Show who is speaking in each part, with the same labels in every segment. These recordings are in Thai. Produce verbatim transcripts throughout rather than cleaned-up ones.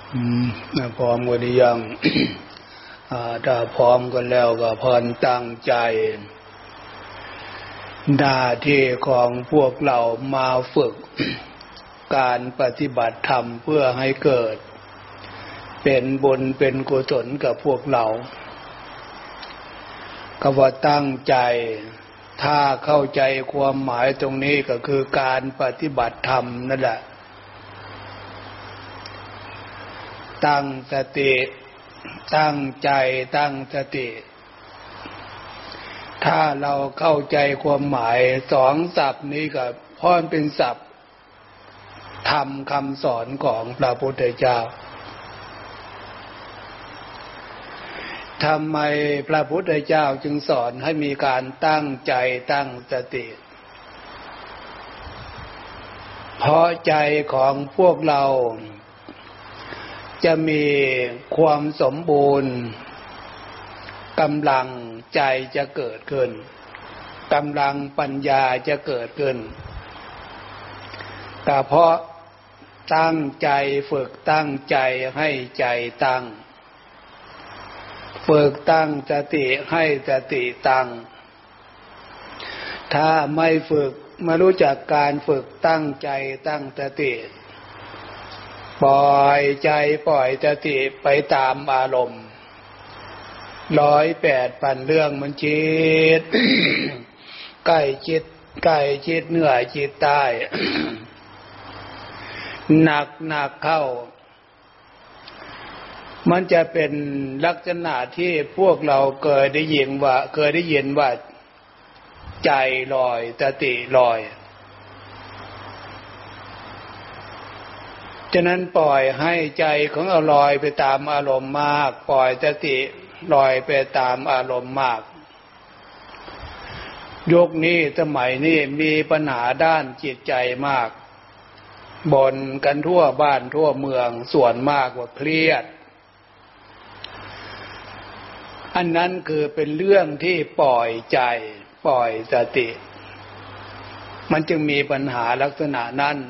Speaker 1: อืมพร้อมกันหรือยัง ถ้าพร้อมกันแล้วก็พรตั้งใจหน้าที่ของพวกเรามาฝึก การปฏิบัติธรรมเพื่อให้เกิดเป็นบุญเป็นกุศลกับพวกเราก็ว่าตั้งใจถ้าเข้าใจความหมายตรงนี้ก็คือการปฏิบัติธรรมนั่นแหละตั้งสติตั้งใจตั้งสติถ้าเราเข้าใจความหมายสองศัพท์นี้ก็เพราะมันเป็นศัพท์ธรรมคำสอนของพระพุทธเจ้าทำไมพระพุทธเจ้าจึงสอนให้มีการตั้งใจตั้งสติเพราะใจของพวกเราจะมีความสมบูรณ์กำลังใจจะเกิดขึ้นกำลังปัญญาจะเกิดขึ้นแต่เพราะตั้งใจฝึกตั้งใจให้ใจตั้งฝึกตั้งสติให้สติตั้งถ้าไม่ฝึกไม่รู้จักการฝึกตั้งใจตั้งสติปล่อยใจปล่อยสติไปตามอารมณ์ร้อยแปดพันเรื่องมันจิต ใกล้จิตใกล้จิตเหนือจิตใต้ หนักหนักเข้ามันจะเป็นลักษณะที่พวกเราเคยได้ยินว่าเคยได้ยินว่าใจลอยสติลอยฉะนั้นปล่อยให้ใจของเราลอยไปตามอารมณ์มากปล่อยสติลอยไปตามอารมณ์มากยุคนี้สมัยนี้มีปัญหาด้านจิตใจมากบ่นกันทั่วบ้านทั่วเมืองส่วนมากว่าเครียดอันนั้นคือเป็นเรื่องที่ปล่อยใจปล่อยสติมันจึงมีปัญหาลักษณะนั้น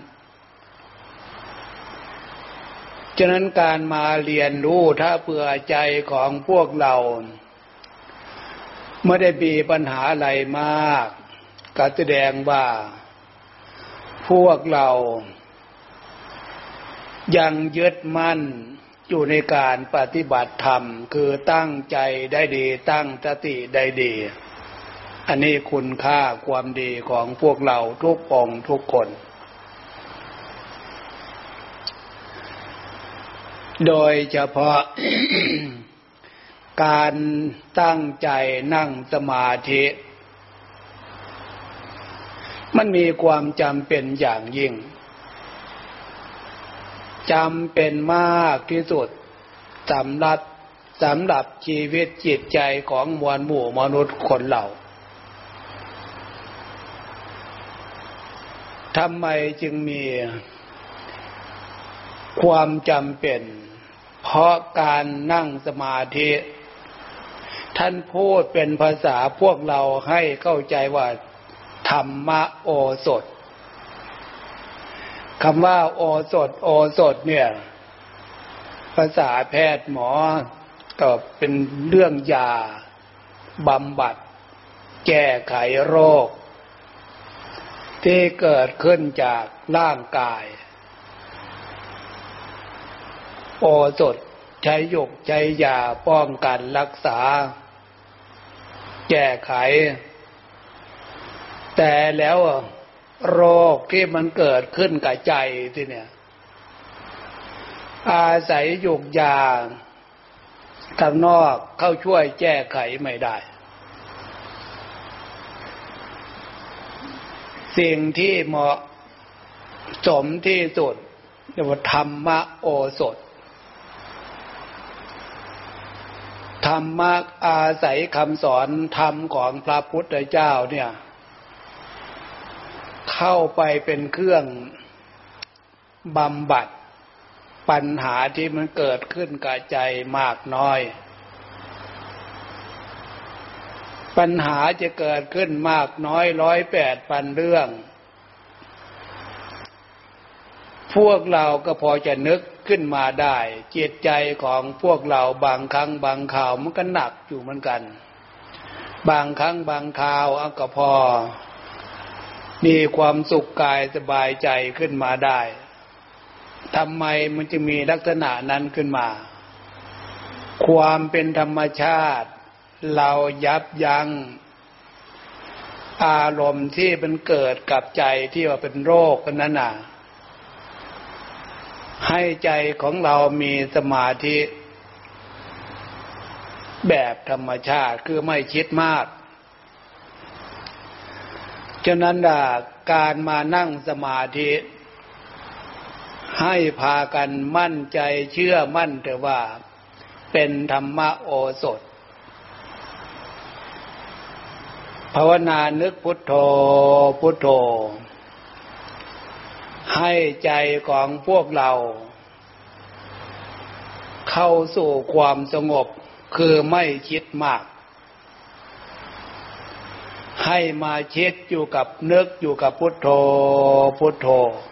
Speaker 1: ฉะนั้นการมาเรียนรู้ถ้าเผื่อใจของพวกเราไม่ได้มีปัญหาอะไรมากก็แสดงว่าพวกเรายังยึดมั่นอยู่ในการปฏิบัติธรรมคือตั้งใจได้ดีตั้งสติได้ดีอันนี้คุณค่าความดีของพวกเราทุกองค์ทุกคนโดยเฉพาะ การตั้งใจนั่งสมาธิมันมีความจำเป็นอย่างยิ่งจำเป็นมากที่สุดสำหรับสำหรับชีวิตจิตใจของมวลหมู่มนุษย์คนเราทำไมจึงมีความจำเป็นเพราะการนั่งสมาธิท่านพูดเป็นภาษาพวกเราให้เข้าใจว่าธรรมโอสถคำว่าโอสถโอสถเนี่ยภาษาแพทย์หมอก็เป็นเรื่องยาบำบัดแก้ไขโรคที่เกิดขึ้นจากร่างกายโอสถใช้ยกใช้ยาป้องกันรักษาแก้ไขแต่แล้วโรคที่มันเกิดขึ้นกับใจที่เนี่ยอาศัยยุกยาทางนอกเข้าช่วยแก้ไขไม่ได้สิ่งที่เหมาะสมที่สุดเรียกว่าธรรมโอสถธรรมะอาศัยคำสอนธรรมของพระพุทธเจ้าเนี่ยเข้าไปเป็นเครื่องบำบัดปัญหาที่มันเกิดขึ้นกับใจมากน้อยปัญหาจะเกิดขึ้นมากน้อยร้อยแปดพันเรื่องพวกเราก็พอจะนึกขึ้นมาได้จิตใจของพวกเราบางครั้งบางคราวมันก็หนักอยู่เหมือนกันบางครั้งบางคราวเอาก็พอมีความสุขกายสบายใจขึ้นมาได้ทำไมมันจะมีลักษณะนั้นขึ้นมาความเป็นธรรมชาติเรายับยั้งอารมณ์ที่มันเกิดกับใจที่ว่าเป็นโรคนั้นน่ะให้ใจของเรามีสมาธิแบบธรรมชาติคือไม่คิดมากฉะนั้นล่ะการมานั่งสมาธิให้พากันมั่นใจเชื่อมั่นเถอะว่าเป็นธรรมโอสถภาวนานึกพุทโธพุทโธให้ใจของพวกเราเข้าสู่ความสงบคือไม่คิดมากให้มาคิดอยู่กับนึกอยู่กับพุทโธพุทโธ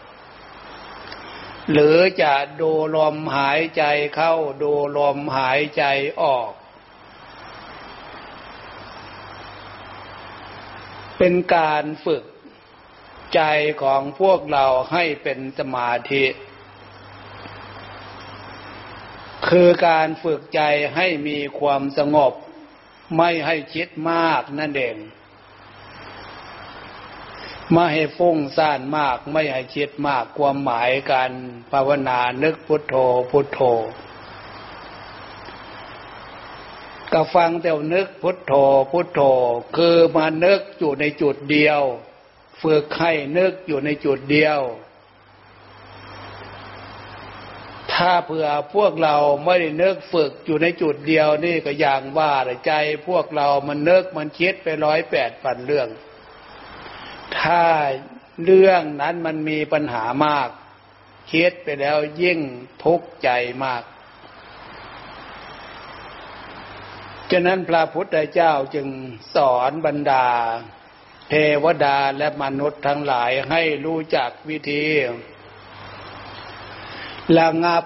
Speaker 1: หรือจะดูลมหายใจเข้าดูลมหายใจออกเป็นการฝึกใจของพวกเราให้เป็นสมาธิคือการฝึกใจให้มีความสงบไม่ให้คิดมากนั่นเองไม่ให้ฟุ้งซ่านมากไม่ให้คิดมากความหมายการภาวนานึกพุทโธพุทโธก็ฟังแต่นึกพุทโธพุทโธคือมานึกอยู่ในจุดเดียวฝึกให้นึกอยู่ในจุดเดียวถ้าเผื่อพวกเราไม่ได้นึกฝึกอยู่ในจุดเดียวนี่ก็อย่างว่าใจพวกเรามันนึกมันคิดไปร้อยแปดพันเรื่องถ้าเรื่องนั้นมันมีปัญหามากคิดไปแล้วยิ่งทุกข์ใจมากฉะนั้นพระพุทธเจ้าจึงสอนบรรดาเทวดาและมนุษย์ทั้งหลายให้รู้จักวิธีระงับ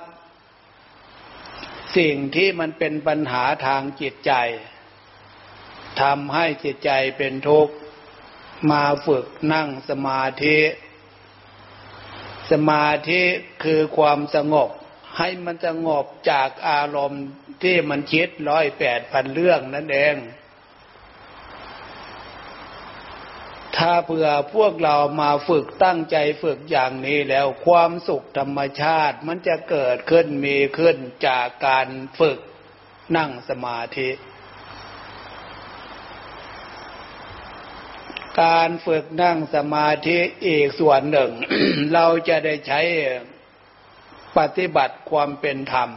Speaker 1: สิ่งที่มันเป็นปัญหาทางจิตใจทำให้จิตใจเป็นทุกข์มาฝึกนั่งสมาธิสมาธิคือความสงบให้มันสงบจากอารมณ์ที่มันคิดร้อยแปดพันเรื่องนั่นเองถ้าเผื่อพวกเรามาฝึกตั้งใจฝึกอย่างนี้แล้วความสุขธรรมชาติมันจะเกิดขึ้นมีขึ้นจากการฝึกนั่งสมาธิการฝึกนั่งสมาธิอีกส่วนหนึ่ง เราจะได้ใช้ปฏิบัติความเป็นธรรม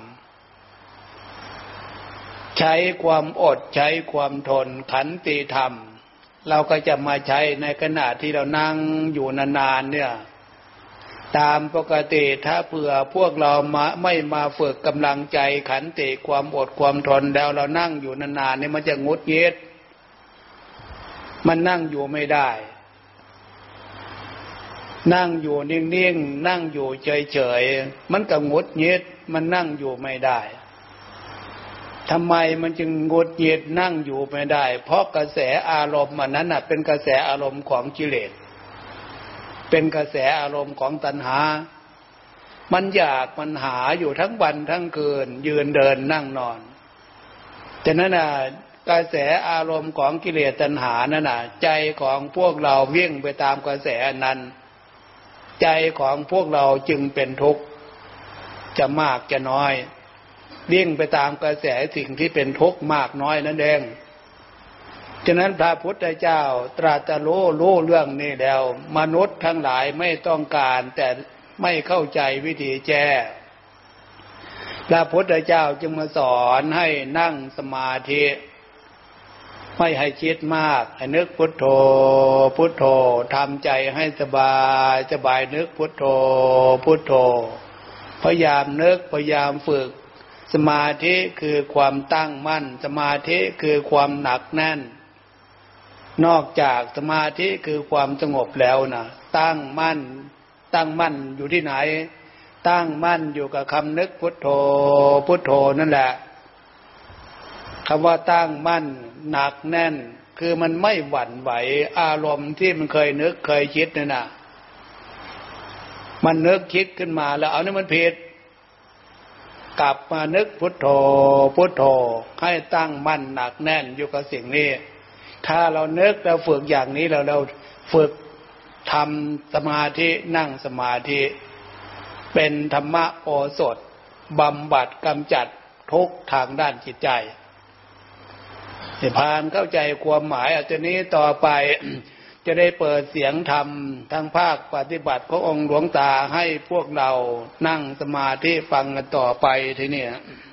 Speaker 1: ใช้ความอดใช้ความทนขันติธรรมเราก็จะมาใช้ในขณะที่เรานั่งอยู่นานๆเนี่ยตามปกติถ้าเผื่อพวกเรามาไม่มาฝึกกำลังใจขันติความอดความทนแล้วเรานั่งอยู่นานๆเนี่ยมันจะงุดหงิดมันนั่งอยู่ไม่ได้นั่งอยู่นิ่งๆนั่งอยู่เฉยๆมันก็งุดหงิดมันนั่งอยู่ไม่ได้ทำไมมันจึงงุดหงิดนั่งอยู่ไม่ได้เพราะกระแสอารมณ์อันนั้นน่ะเป็นกระแสอารมณ์ของกิเลสเป็นกระแสอารมณ์ของตัณหามันอยากมันหาอยู่ทั้งวันทั้งคืนยืนเดินนั่งนอนฉะนั้นน่ะกระแสอารมณ์ของกิเลสตัณหานั่นน่ะใจของพวกเราวิ่งไปตามกระแสนั้นใจของพวกเราจึงเป็นทุกข์จะมากจะน้อยวิ่งไปตามกระแสสิ่งที่เป็นทุกข์มากน้อยนั่นเองฉะนั้นพระพุทธเจ้าตรัสรู้รู้เรื่องนี้แล้วมนุษย์ทั้งหลายไม่ต้องการแต่ไม่เข้าใจวิธีแก้พระพุทธเจ้าจึงมาสอนให้นั่งสมาธิไม่ให้คิดมากให้นึกพุทโธพุทโธทำใจให้สบายสบายนึกพุทโธพุทโธพยายามนึกพยายามฝึกสมาธิคือความตั้งมั่นสมาธิคือความหนักแน่นนอกจากสมาธิคือความสงบแล้วนะตั้งมั่นตั้งมั่นอยู่ที่ไหนตั้งมั่นอยู่กับคำนึกพุทโธพุทโธนั่นแหละคำว่าตั้งมั่นหนักแน่นคือมันไม่หวั่นไหวอารมณ์ที่มันเคยนึกเคยคิดนั่นน่ะมันนึกคิดขึ้นมาแล้วเอานี่มันผิดกลับมานึกพุทโธพุทโธให้ตั้งมั่นหนักแน่นอยู่กับสิ่งนี้ถ้าเรานึกเราฝึกอย่างนี้เราเราฝึกทำสมาธินั่งสมาธิเป็นธรรมะโอสถบำบัดกำจัดทุกข์ทางด้านจิตใจให้พานเข้าใจความหมายอาจจะนี้ต่อไป จะได้เปิดเสียงธรรมทั้งภาคปฏิบัติขององค์หลวงตาให้พวกเรานั่งสมาธิฟังกันต่อไปทีนี้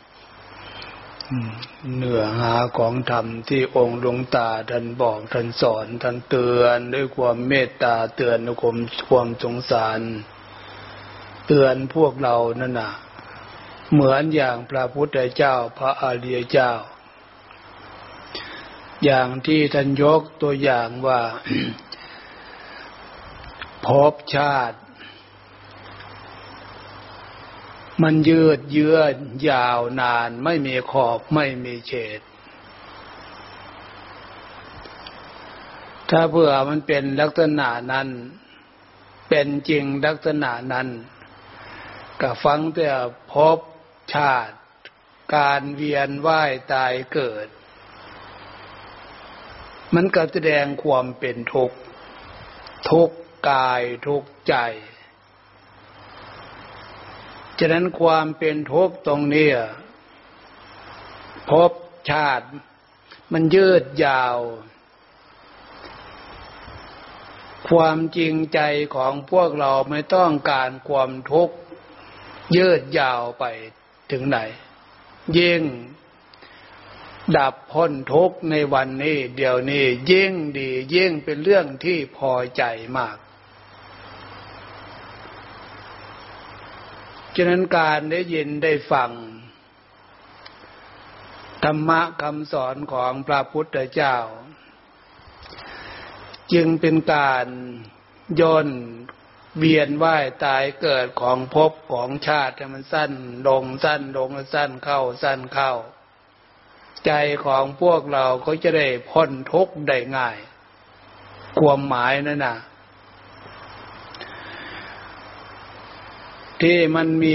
Speaker 1: เนื้อหาของธรรมที่องค์หลวงตาท่านบอกท่านสอนท่านเตือนด้วยความเมตตาเตือนด้วยความสงสารเตือนพวกเรานั่นน่ะเหมือนอย่างพระพุทธเจ้าพระอริยเจ้าอย่างที่ท่านยกตัวอย่างว่า ภพชาติมันยืดเยื้อยาวนานไม่มีขอบไม่มีเฉดถ้าเผื่อมันเป็นลักษณะนั้นเป็นจริงลักษณะนั้นก็ฟังแต่ภพชาติการเวียนว่ายตายเกิดมันก็แสดงความเป็นทุกข์ทุกข์กายทุกข์ใจฉะนั้นความเป็นทุกข์ตรงนี้ภพชาติมันยืดยาวความจริงใจของพวกเราไม่ต้องการความทุกข์ยืดยาวไปถึงไหนยิ่งดับพ้นทุกข์ในวันนี้เดี๋ยวนี้ยิ่งดียิ่งเป็นเรื่องที่พอใจมากฉะนั้นการได้ยินได้ฟังธรรมะคำสอนของพระพุทธเจ้าจึงเป็นการย่นเวียนว่ายตายเกิดของภพของชาติให้มันสั้นลงสั้นลงสั้นเข้าสั้นเข้าใจของพวกเราก็จะได้พ้นทุกข์ได้ง่ายความหมายนั่นน่ะที่มันมี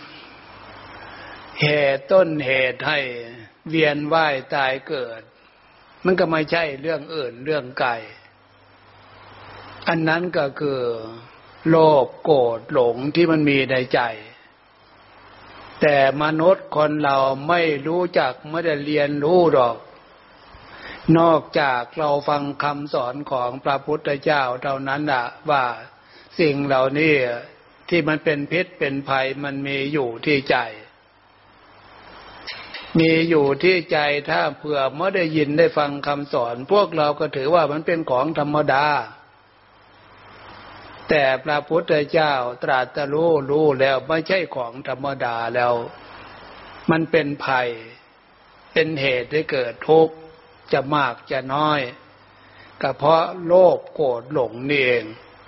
Speaker 1: เหตุต้นเหตุให้เวียนว่ายตายเกิดมันก็ไม่ใช่เรื่องอื่นเรื่องไกลอันนั้นก็คือโลภโกรธหลงที่มันมีในใจแต่มนุษย์คนเราไม่รู้จักไม่ได้เรียนรู้หรอกนอกจากเราฟังคำสอนของพระพุทธเจ้าเท่านั้นน่ะว่าสิ่งเหล่านี้ที่มันเป็นพิษเป็นภัยมันมีอยู่ที่ใจมีอยู่ที่ใจถ้าเผื่อไม่ได้ยินได้ฟังคำสอนพวกเราก็ถือว่ามันเป็นของธรรมดาแต่พระพุทธเจ้าตรัสรู้รู้แล้วไม่ใช่ของธรรมดาแล้วมันเป็นภัยเป็นเหตุให้เกิดทุกข์จะมากจะน้อยก็เพราะโลภโกรธหลงนี่เอง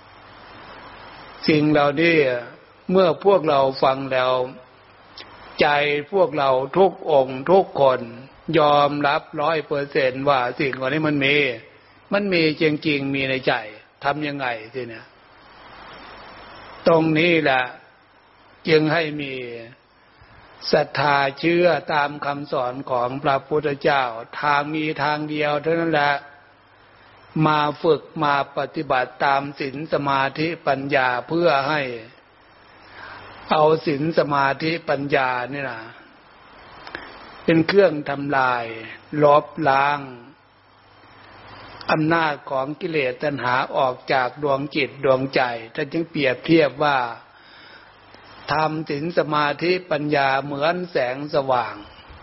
Speaker 1: สิ่งเหล่านี้เมื่อพวกเราฟังแล้วใจพวกเราทุกองค์ทุกคนยอมรับร้อยเปอร์เซ็นต์ว่าสิ่งเหล่านี้มันมีมันมีจริงๆมีในใจทำยังไงทีเนี่ยตรงนี้แหละจึงให้มีศรัทธาเชื่อตามคำสอนของพระพุทธเจ้าทางมีทางเดียวเท่านั้นแหละมาฝึกมาปฏิบัติตามศีลสมาธิปัญญาเพื่อให้เอาศีลสมาธิปัญญานี่นะเป็นเครื่องทำลายลบล้างอำนาจของกิเลสตัณหาออกจากดวงจิตดวงใจท่านจึงเปรียบเทียบว่าทำศีลสมาธิปัญญาเหมือนแสงสว่าง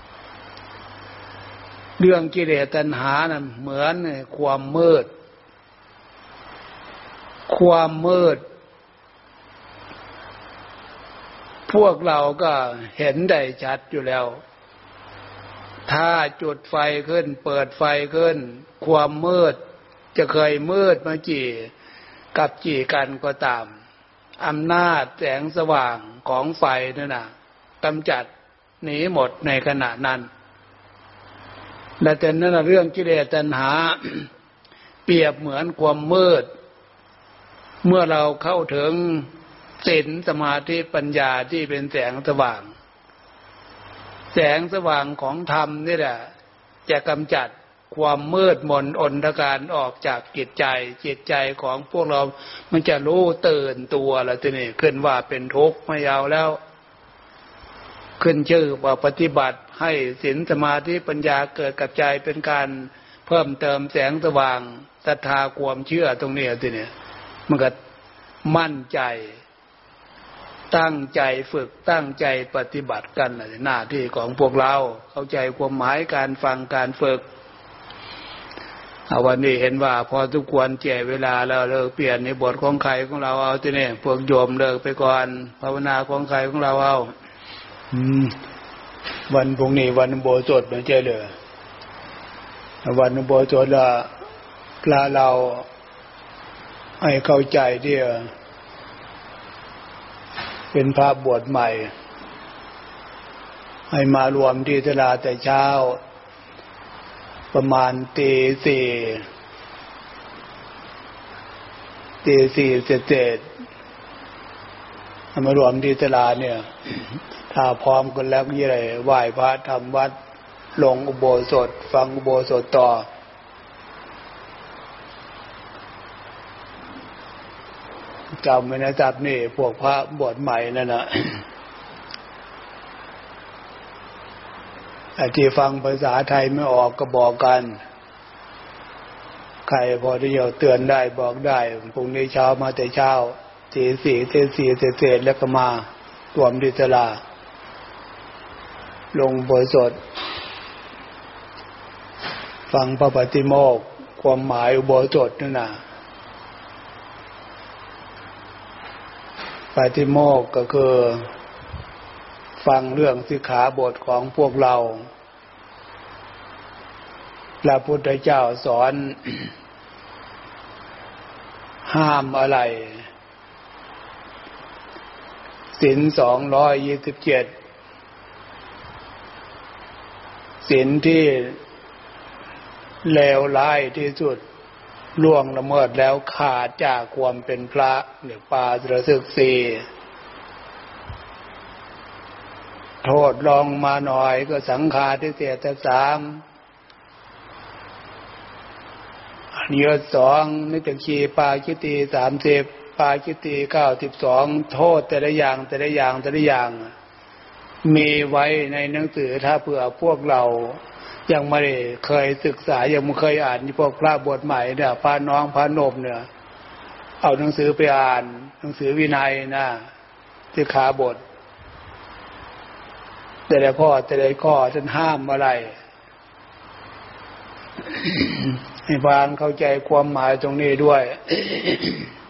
Speaker 1: เรื่องกิเลสตัณหานั้นเหมือนความมืดความมืดพวกเราก็เห็นได้ชัดอยู่แล้วถ้าจุดไฟขึ้นเปิดไฟขึ้นความมืดจะเคยมืดมากี่กับกี่กันก็ตามอำนาจแสงสว่างของไฟนั่นน่ะกำจัดหนีหมดในขณะนั้นและแต่นั่นเรื่องกิเลสตัณหา เปรียบเหมือนความมืดเมื่อเราเข้าถึงศีลสมาธิปัญญาที่เป็นแสงสว่างแสงสว่างของธรรมนี่แหละจะกำจัดความมืดมนอนทการออกจากจิตใจจิตใจของพวกเรามันจะรู้ตื่นตัวแล้วทีนี้ขึ้นว่าเป็นทุกข์ไม่เอาแล้วขึ้นชื่อว่าปฏิบัติให้ศีลสมาธิปัญญาเกิดกับใจเป็นการเพิ่มเติมแสงสว่างศรัทธาความเชื่อตรงนี้ทีนี้มันก็มั่นใจตั้งใจฝึกตั้งใจปฏิบัติกันหน้าที่ของพวกเราเข้าใจความหมายการฟังการฝึกเอาวันนี้เห็นว่าพอทุกควรแก่เวลาแล้วเลิกเปลี่ยนในบทของใครของเราเอาทีนี้พวกโยมเลิกไปก่อนภาวนาของใครของเราเอาอืมวันพรุ่งนี้วันอุโบสถไม่ใช่เหรอวันอุโบสถละพระเราให้เข้าใจที่เป็นพระบวชใหม่ให้มารวมที่ศาลาแต่เช้าประมาณตีสี่ตีสี่เสร็จๆมารวมที่ศาลาเนี่ยถ้าพร้อมกันแล้วยี่ไรไหว้พระทำวัดลงอุโบสถฟังอุโบสถต่อจำไว้นะจับนี่พวกพระบวชใหม่นั่นนะไอ้ที่ฟังภาษาไทยไม่ออกก็บอกกันใครพอที่จะเตือนได้บอกได้พรุ่งนี้เช้ามาแต่เช้าตีสี่ตีสี่เสร็จแล้วก็มารวมที่ศาลาลงอุโบสถฟังพระปฏิโมกข์ความหมายอุโบสถนั่นน่ะปาฏิโมกข์ก็คือฟังเรื่องสิกขาบทของพวกเราพระพุทธเจ้าสอน ห้ามอะไรศีลสองร้อยยี่สิบเจ็ดศีลที่เลวร้ายที่สุดล่วงละเมิดแล้วขาดจากความเป็นพระเนี่ยปาสิสึกสี่โทษลองมาหน่อยก็สังฆาทิเศษสามอนิยตสองนิจขีปาจิตีสามสิบปาจิตีเก้าสิบสองโทษแต่ละอย่างแต่ละอย่างแต่ละอย่างมีไว้ในหนังสือถ้าเผื่อพวกเรายังไม่ได้เคยศึกษายังไม่เคยอ่านพวกพระบทใหม่เนี่ยพาน้องพานมเนี่ยเอาหนังสือไปอ่านหนังสือวินัยนะสิกขาบทแต่ละข้อแต่ละข้อท่านห้ามอะไร ให้พานเข้าใจความหมายตรงนี้ด้วย